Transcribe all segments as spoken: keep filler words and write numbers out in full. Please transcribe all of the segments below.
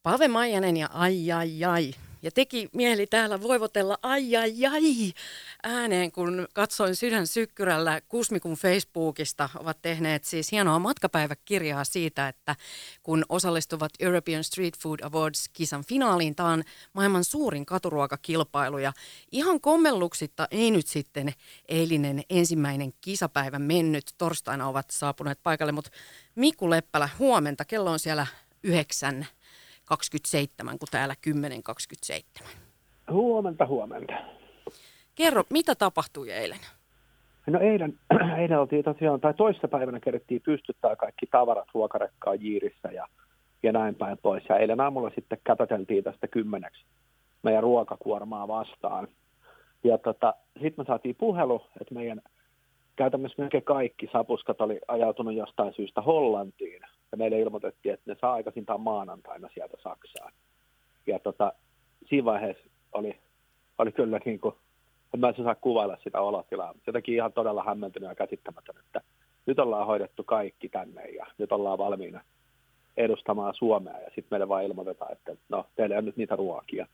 Pave Maijanen ja ai ai ai. Ja teki mieli täällä voivotella ai ai ai ääneen, kun katsoin Sydän Sykkyrällä Kusmikun Facebookista. Ovat tehneet siis hienoa matkapäiväkirjaa siitä, että kun osallistuvat European Street Food Awards-kisan finaaliin, tämä on maailman suurin katuruokakilpailu. Ja ihan kommelluksitta ei nyt sitten eilinen ensimmäinen kisapäivä mennyt. Torstaina ovat saapuneet paikalle, mutta Miku Leppälä, huomenta. Kello on siellä yhdeksän kaksikymmentäseitsemän, kun täällä kymmenen kaksikymmentäseitsemän. Huomenta, huomenta. Kerro, mitä tapahtui eilen? No eilen, eilen oltiin tosiaan, tai toissa päivänä kerettiin pystyttää kaikki tavarat ruokarekkaan Jiirissä ja, ja näin päin pois. Ja eilen aamulla sitten kätöteltiin tästä kymmeneksi meidän ruokakuormaa vastaan. Ja tota, sitten me saatiin puhelu, että meidän käytännössä melkein kaikki sapuskat oli ajautunut jostain syystä Hollantiin. Ja meille ilmoitettiin, että ne saa aikaisintaan maanantaina sieltä Saksaan. Ja tota, siinä vaiheessa oli, oli kyllä niin kuin, en mä saa kuvailla sitä olotilaa. Jotenkin ihan todella hämmentynyt ja käsittämätön, että nyt ollaan hoidettu kaikki tänne ja nyt ollaan valmiina edustamaan Suomea. Ja sitten meille vaan ilmoitetaan, että no, teillä on nyt niitä ruokia.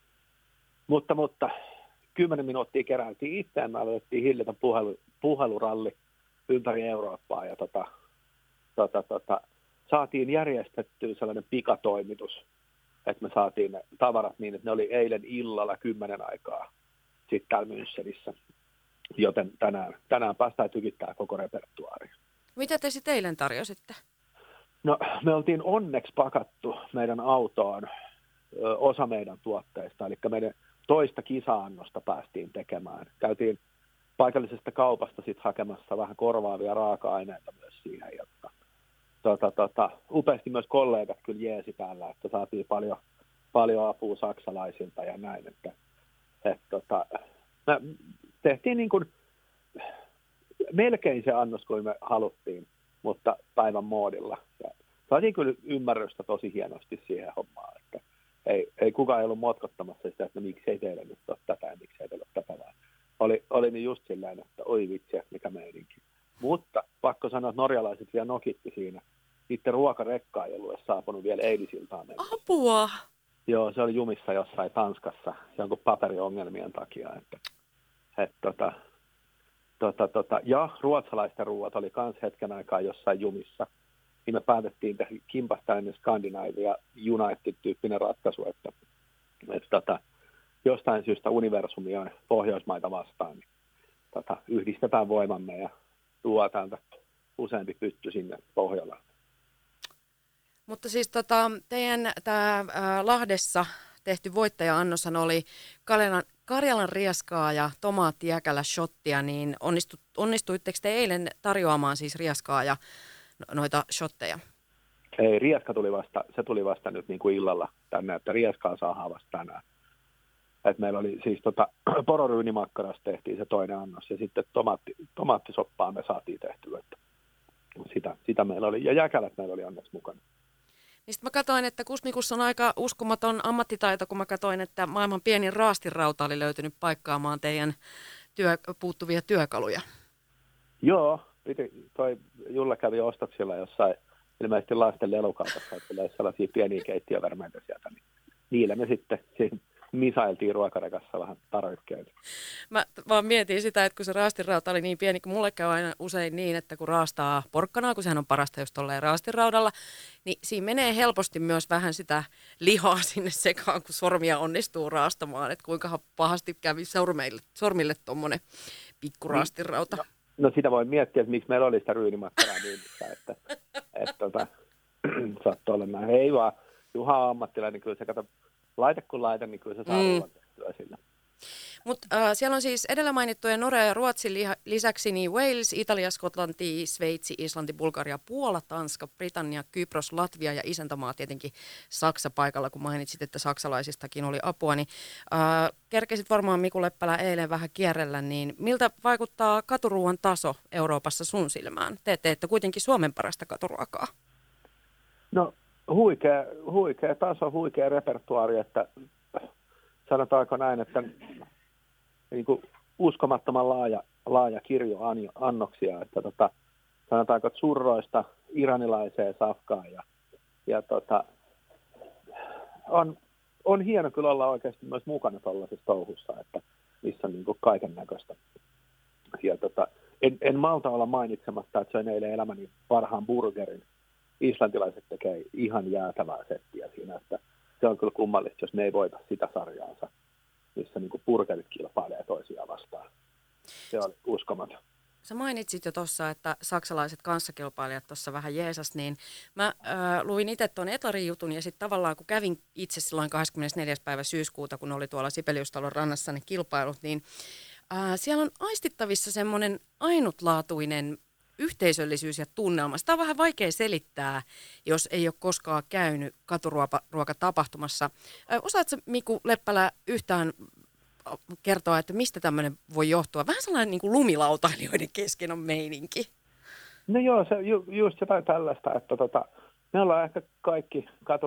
Mutta, mutta kymmenen minuuttia keräiltiin itseään. Me aloitettiin hillitä puhelu, puheluralli ympäri Eurooppaa ja tota, tota, tota, saatiin järjestettyä sellainen pikatoimitus, että me saatiin ne tavarat niin, että ne oli eilen illalla kymmenen aikaa sitten täällä Münchenissä. Joten tänään, tänään päästään tykittämään koko repertuaari. Mitä te sitten eilen tarjositte? No, me oltiin onneksi pakattu meidän autoon ö, osa meidän tuotteista, eli meidän toista kisa-annosta päästiin tekemään. Käytiin paikallisesta kaupasta sitten hakemassa vähän korvaavia raaka-aineita myös siihen, jotta Tota, tota, upeasti myös kollegat kyllä jeesi täällä, että saatiin paljon, paljon apua saksalaisilta ja näin, että et, tota, me tehtiin niin kuin melkein se annos kuin me haluttiin, mutta päivän moodilla. Ja saatiin kyllä ymmärrystä tosi hienosti siihen hommaan, että ei, ei kukaan ei ollut motkottamassa sitä, että no, miksi ei teille nyt ole tätä ja miksi ei teille ole tätä, vaan oli, oli niin just silleen, että oi vitsi, mikä meininki. Mutta pakko sanoa, että norjalaiset vielä nokitti siinä. Niiden ruokarekkaa ei ollut edes saapunut vielä eilisiltaan. Apua! Joo, se oli jumissa jossain Tanskassa jonkun paperiongelmien takia. Että, et, tota, tota, tota, ja ruotsalaisten ruoat oli kans hetken aikaa jossain jumissa. Niin me päätettiin tehdä kimpasta ennen Skandinaavia United-tyyppinen ratkaisu, että et, tota, jostain syystä universumi on Pohjoismaita vastaan. Niin, tota, yhdistetään voimamme ja tuo täältä useampi pytty sinne Pohjolaan. Mutta siis tota, teidän tämä Lahdessa tehty voittaja-annoshan oli Karjalan, Karjalan rieskaa ja tomaattijäkälä shottia, niin onnistu, onnistuitteko te eilen tarjoamaan siis rieskaa ja noita shotteja? Ei, rieska tuli vasta, se tuli vasta nyt niin kuin illalla tänne, että rieskaa saadaan vasta tänään. Et meillä oli siis tota, pororyynimakkarasta tehtiin se toinen annos ja sitten tomaatti, tomaattisoppaa me saatiin tehtyä, että sitä, sitä meillä oli. Ja jäkälät meillä oli onneksi mukana. Niin sitten mä katsoin, että Kusmikussa on aika uskomaton ammattitaito, kun mä katsoin, että maailman pienin raastinrauta oli löytynyt paikkaamaan teidän työ, puuttuvia työkaluja. Joo, piti, toi Julla kävi ostoksilla jossain ilmeisesti lasten lelukaupassa, että tulee sellaisia pieniä keittiövärmeitä sieltä, niin niillä me sitten siinä misailtiin ruokarekassa vähän tarvikkeita. Mä vaan mietin sitä, että kun se raastinrauta oli niin pieni, kun mulle käy aina usein niin, että kun raastaa porkkanaa, kun sehän on parasta just tolleen raastinraudalla, niin siinä menee helposti myös vähän sitä lihaa sinne sekaan, kun sormia onnistuu raastamaan, että kuinka pahasti kävi sormille, sormille tommonen pikku raastinrauta. No, no sitä voi miettiä, että miksi meillä oli sitä ryynimakkaraa myynnissä, että, että tota, saattoi olla näin. Ei vaan, Juha on ammattilainen, kyllä se kato, laite kun laite, niin kyllä se saa mm. tehtyä sillä. Mutta äh, siellä on siis edellä mainittuja Norja ja Ruotsin li- lisäksi niin Wales, Italia, Skotlanti, Sveitsi, Islanti, Bulgaria, Puola, Tanska, Britannia, Kypros, Latvia ja isäntämaa tietenkin Saksa paikalla, kun mainitsit, että saksalaisistakin oli apua. Niin, äh, kerkesit varmaan Miku Leppälä eilen vähän kierrellä, niin miltä vaikuttaa katuruuan taso Euroopassa sun silmään? Te teette kuitenkin Suomen parasta katuruokaa. No huikea, huikea taso, huikea repertuaari, että sanotaanko näin, että niin kuin uskomattoman laaja, laaja kirjo annoksia, että tota, sanotaanko että surroista iranilaiseen safkaan ja, ja tota, on, on hieno kyllä olla oikeasti myös mukana tuollaisessa touhussa, että missä on niin kuin kaiken näköistä. Ja tota, en, en malta olla mainitsematta, että söin eilen elämäni parhaan burgerin. Islantilaiset tekee ihan jäätävää settiä siinä, että se on kyllä kummallista, jos ne ei voita sitä sarjaansa, missä niin kuin burgerit kilpailee toisiaan vastaan. Se on uskomaton. Sä mainitsit jo tuossa, että saksalaiset kanssakilpailijat tuossa vähän jeesas, niin mä äh, luin itse tuon Etlarin jutun ja sitten tavallaan kun kävin itse silloin kahdeskymmenesneljäs päivä syyskuuta, kun oli tuolla Sibeliustalon rannassa ne kilpailut, niin äh, siellä on aistittavissa semmoinen ainutlaatuinen yhteisöllisyys ja tunnelma. Sitä on vähän vaikea selittää, jos ei ole koskaan käynyt katuruokatapahtumassa. Äh, osaatko Miku Leppälä yhtään kertoa, että mistä tämmöinen voi johtua? Vähän sellainen niin kuin lumilautailijoiden kesken on meininki. No joo, se, ju, just jotain tällaista, että tota, me ollaan ehkä kaikki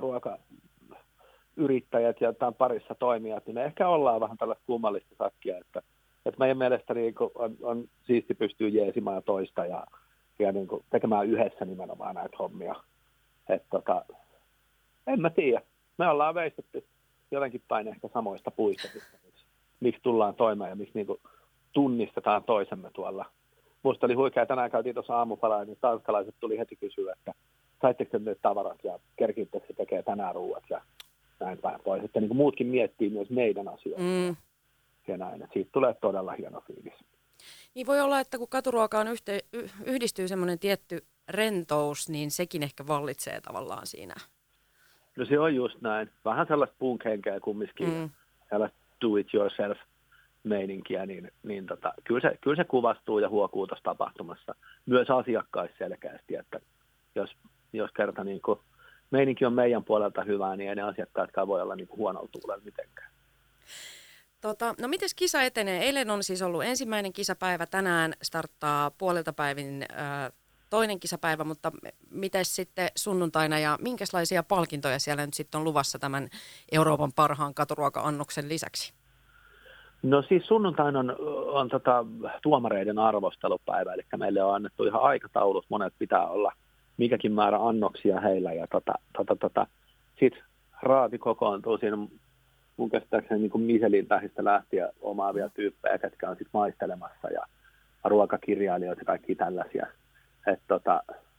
katuruokayrittäjät ja tämän parissa toimijat, niin me ehkä ollaan vähän tällaista kummallista sakkia, että, että meidän mielestä niin kuin on, on siisti pystyy jeesimaan toista ja, ja niin kuin tekemään yhdessä nimenomaan näitä hommia. Että tota, en mä tiedä. Me ollaan veistetty jotenkin päin ehkä samoista puista, miksi tullaan toimeen ja miksi niin kuin tunnistetaan toisemme tuolla. Musta oli huikea, tänään käytiin tuossa aamupalaa, niin tanskalaiset tuli heti kysyä, että saitteko nyt tavarat ja kerkiittekö se tekee tänään ruuat ja näin päin pois. Että niin kuin muutkin miettii myös meidän asioita mm. ja näin. Että siitä tulee todella hieno fiilis. Niin voi olla, että kun katuruokaan yhte, yhdistyy semmoinen tietty rentous, niin sekin ehkä vallitsee tavallaan siinä. No se on just näin. Vähän sellaista punk-henkeä kumminkin, mm. sellaista do-it-yourself-meininkiä, niin, niin tota, kyllä, se, kyllä se kuvastuu ja huokuu tuossa tapahtumassa. Myös asiakkaissa selkeästi, että jos, jos kerta niin kuin meininki on meidän puolelta hyvää, niin ei ne asiakkaatkaan voi olla niin kuin huonolla tuulella mitenkään. Tota, no mites kisa etenee? Eilen on siis ollut ensimmäinen kisapäivä, tänään starttaa puolilta päivin äh, toinen kisapäivä, mutta miten sitten sunnuntaina ja minkälaisia palkintoja siellä nyt sitten on luvassa tämän Euroopan parhaan katuruoka-annoksen lisäksi? No siis sunnuntaina on, on tota, tuomareiden arvostelupäivä, eli meille on annettu ihan aikataulut, monet pitää olla mikäkin määrä annoksia heillä, ja tota, tota, tota, sitten raati kokoontuu siinä mun käsittääkseni niin kuin Michelin tähdistä lähtien omaavia tyyppejä, ketkä on sitten maistelemassa, ja ruokakirjailijoita ja kaikki tällaisia. Et tota,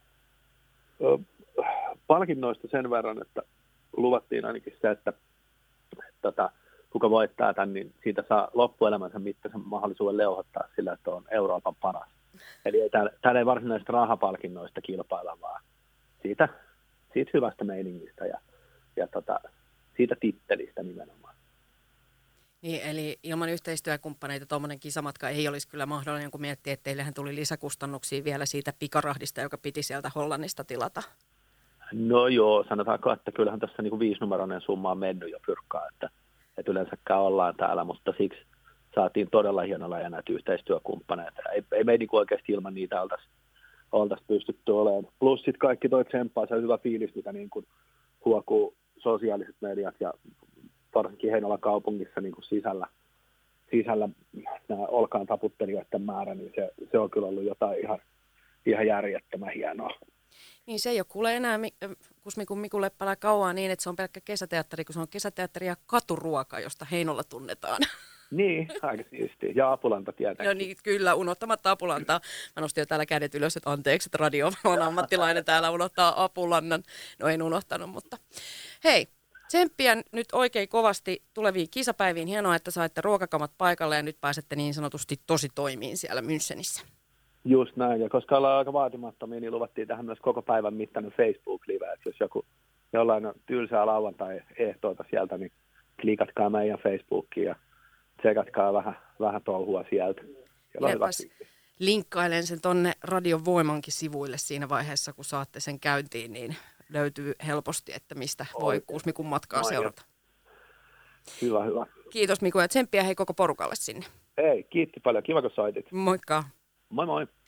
palkinnoista sen verran, että luvattiin ainakin se, että et tota, kuka voittaa tämän, niin siitä saa loppuelämänsä mittaisen mahdollisuuden leuhottaa sillä, että on Euroopan paras. Eli ei, täällä, täällä ei varsinaisista rahapalkinnoista kilpailla, vaan siitä, siitä hyvästä meiningistä ja, ja tota, siitä tittelistä nimenomaan. Niin, eli ilman yhteistyökumppaneita tuommoinen kisamatka ei olisi kyllä mahdollinen, kun miettii, että teillähän tuli lisäkustannuksia vielä siitä pikarahdista, joka piti sieltä Hollannista tilata. No joo, sanotaanko, että kyllähän tässä niin kuin viisinumeroinen summa on mennyt jo pyrkkaa, että, että yleensäkään ollaan täällä, mutta siksi saatiin todella hienolla ja näitä yhteistyökumppaneita. Ei, ei me niin kuin oikeasti ilman niitä oltaisi oltais pystytty olemaan. Plus sitten kaikki toi tsemppaa, se on hyvä fiilis, mitä niin kuin huokuu sosiaaliset mediat ja varsinkin Heinolan kaupungissa niin kuin sisällä, sisällä nämä olkaan taputtelijoiden määrä, niin se, se on kyllä ollut jotain ihan, ihan järjettömän hienoa. Niin se ei ole kuule enää Kusmikun Miku Leppälä kauan niin, että se on pelkkä kesäteatteri, kun se on kesäteatteri ja katuruoka, josta Heinola tunnetaan. Niin, aika siistiä. Ja Apulanta tietenkin. No niin, kyllä, unohtamatta Apulantaa. Mä nostin jo täällä kädet ylös, että anteeksi, että radio on ammattilainen täällä unohtaa Apulannan. No en unohtanut, mutta hei. Tsemppiä nyt oikein kovasti tuleviin kisapäiviin. Hienoa, että saitte ruokakamat paikalle ja nyt pääsette niin sanotusti tosi toimiin siellä Münchenissä. Just näin, ja koska ollaan aika vaatimattomia, niin luvattiin tähän myös koko päivän mittainen Facebook-live. Että jos joku jollain on tylsää lauantai-ehtoota sieltä, niin klikatkaa meidän Facebookiin ja tsekatkaa vähän, vähän touhua sieltä. Linkkailen sen tonne Radion Voimankin sivuille siinä vaiheessa, kun saatte sen käyntiin, niin löytyy helposti, että mistä voi Oikein. Kusmikun matkaa no, seurata. Hyvä, hyvä. Kiitos Miku ja tsemppiä hei koko porukalle sinne. Hei, kiitti paljon. Kiva kun soitit. Moikka. Moi moi.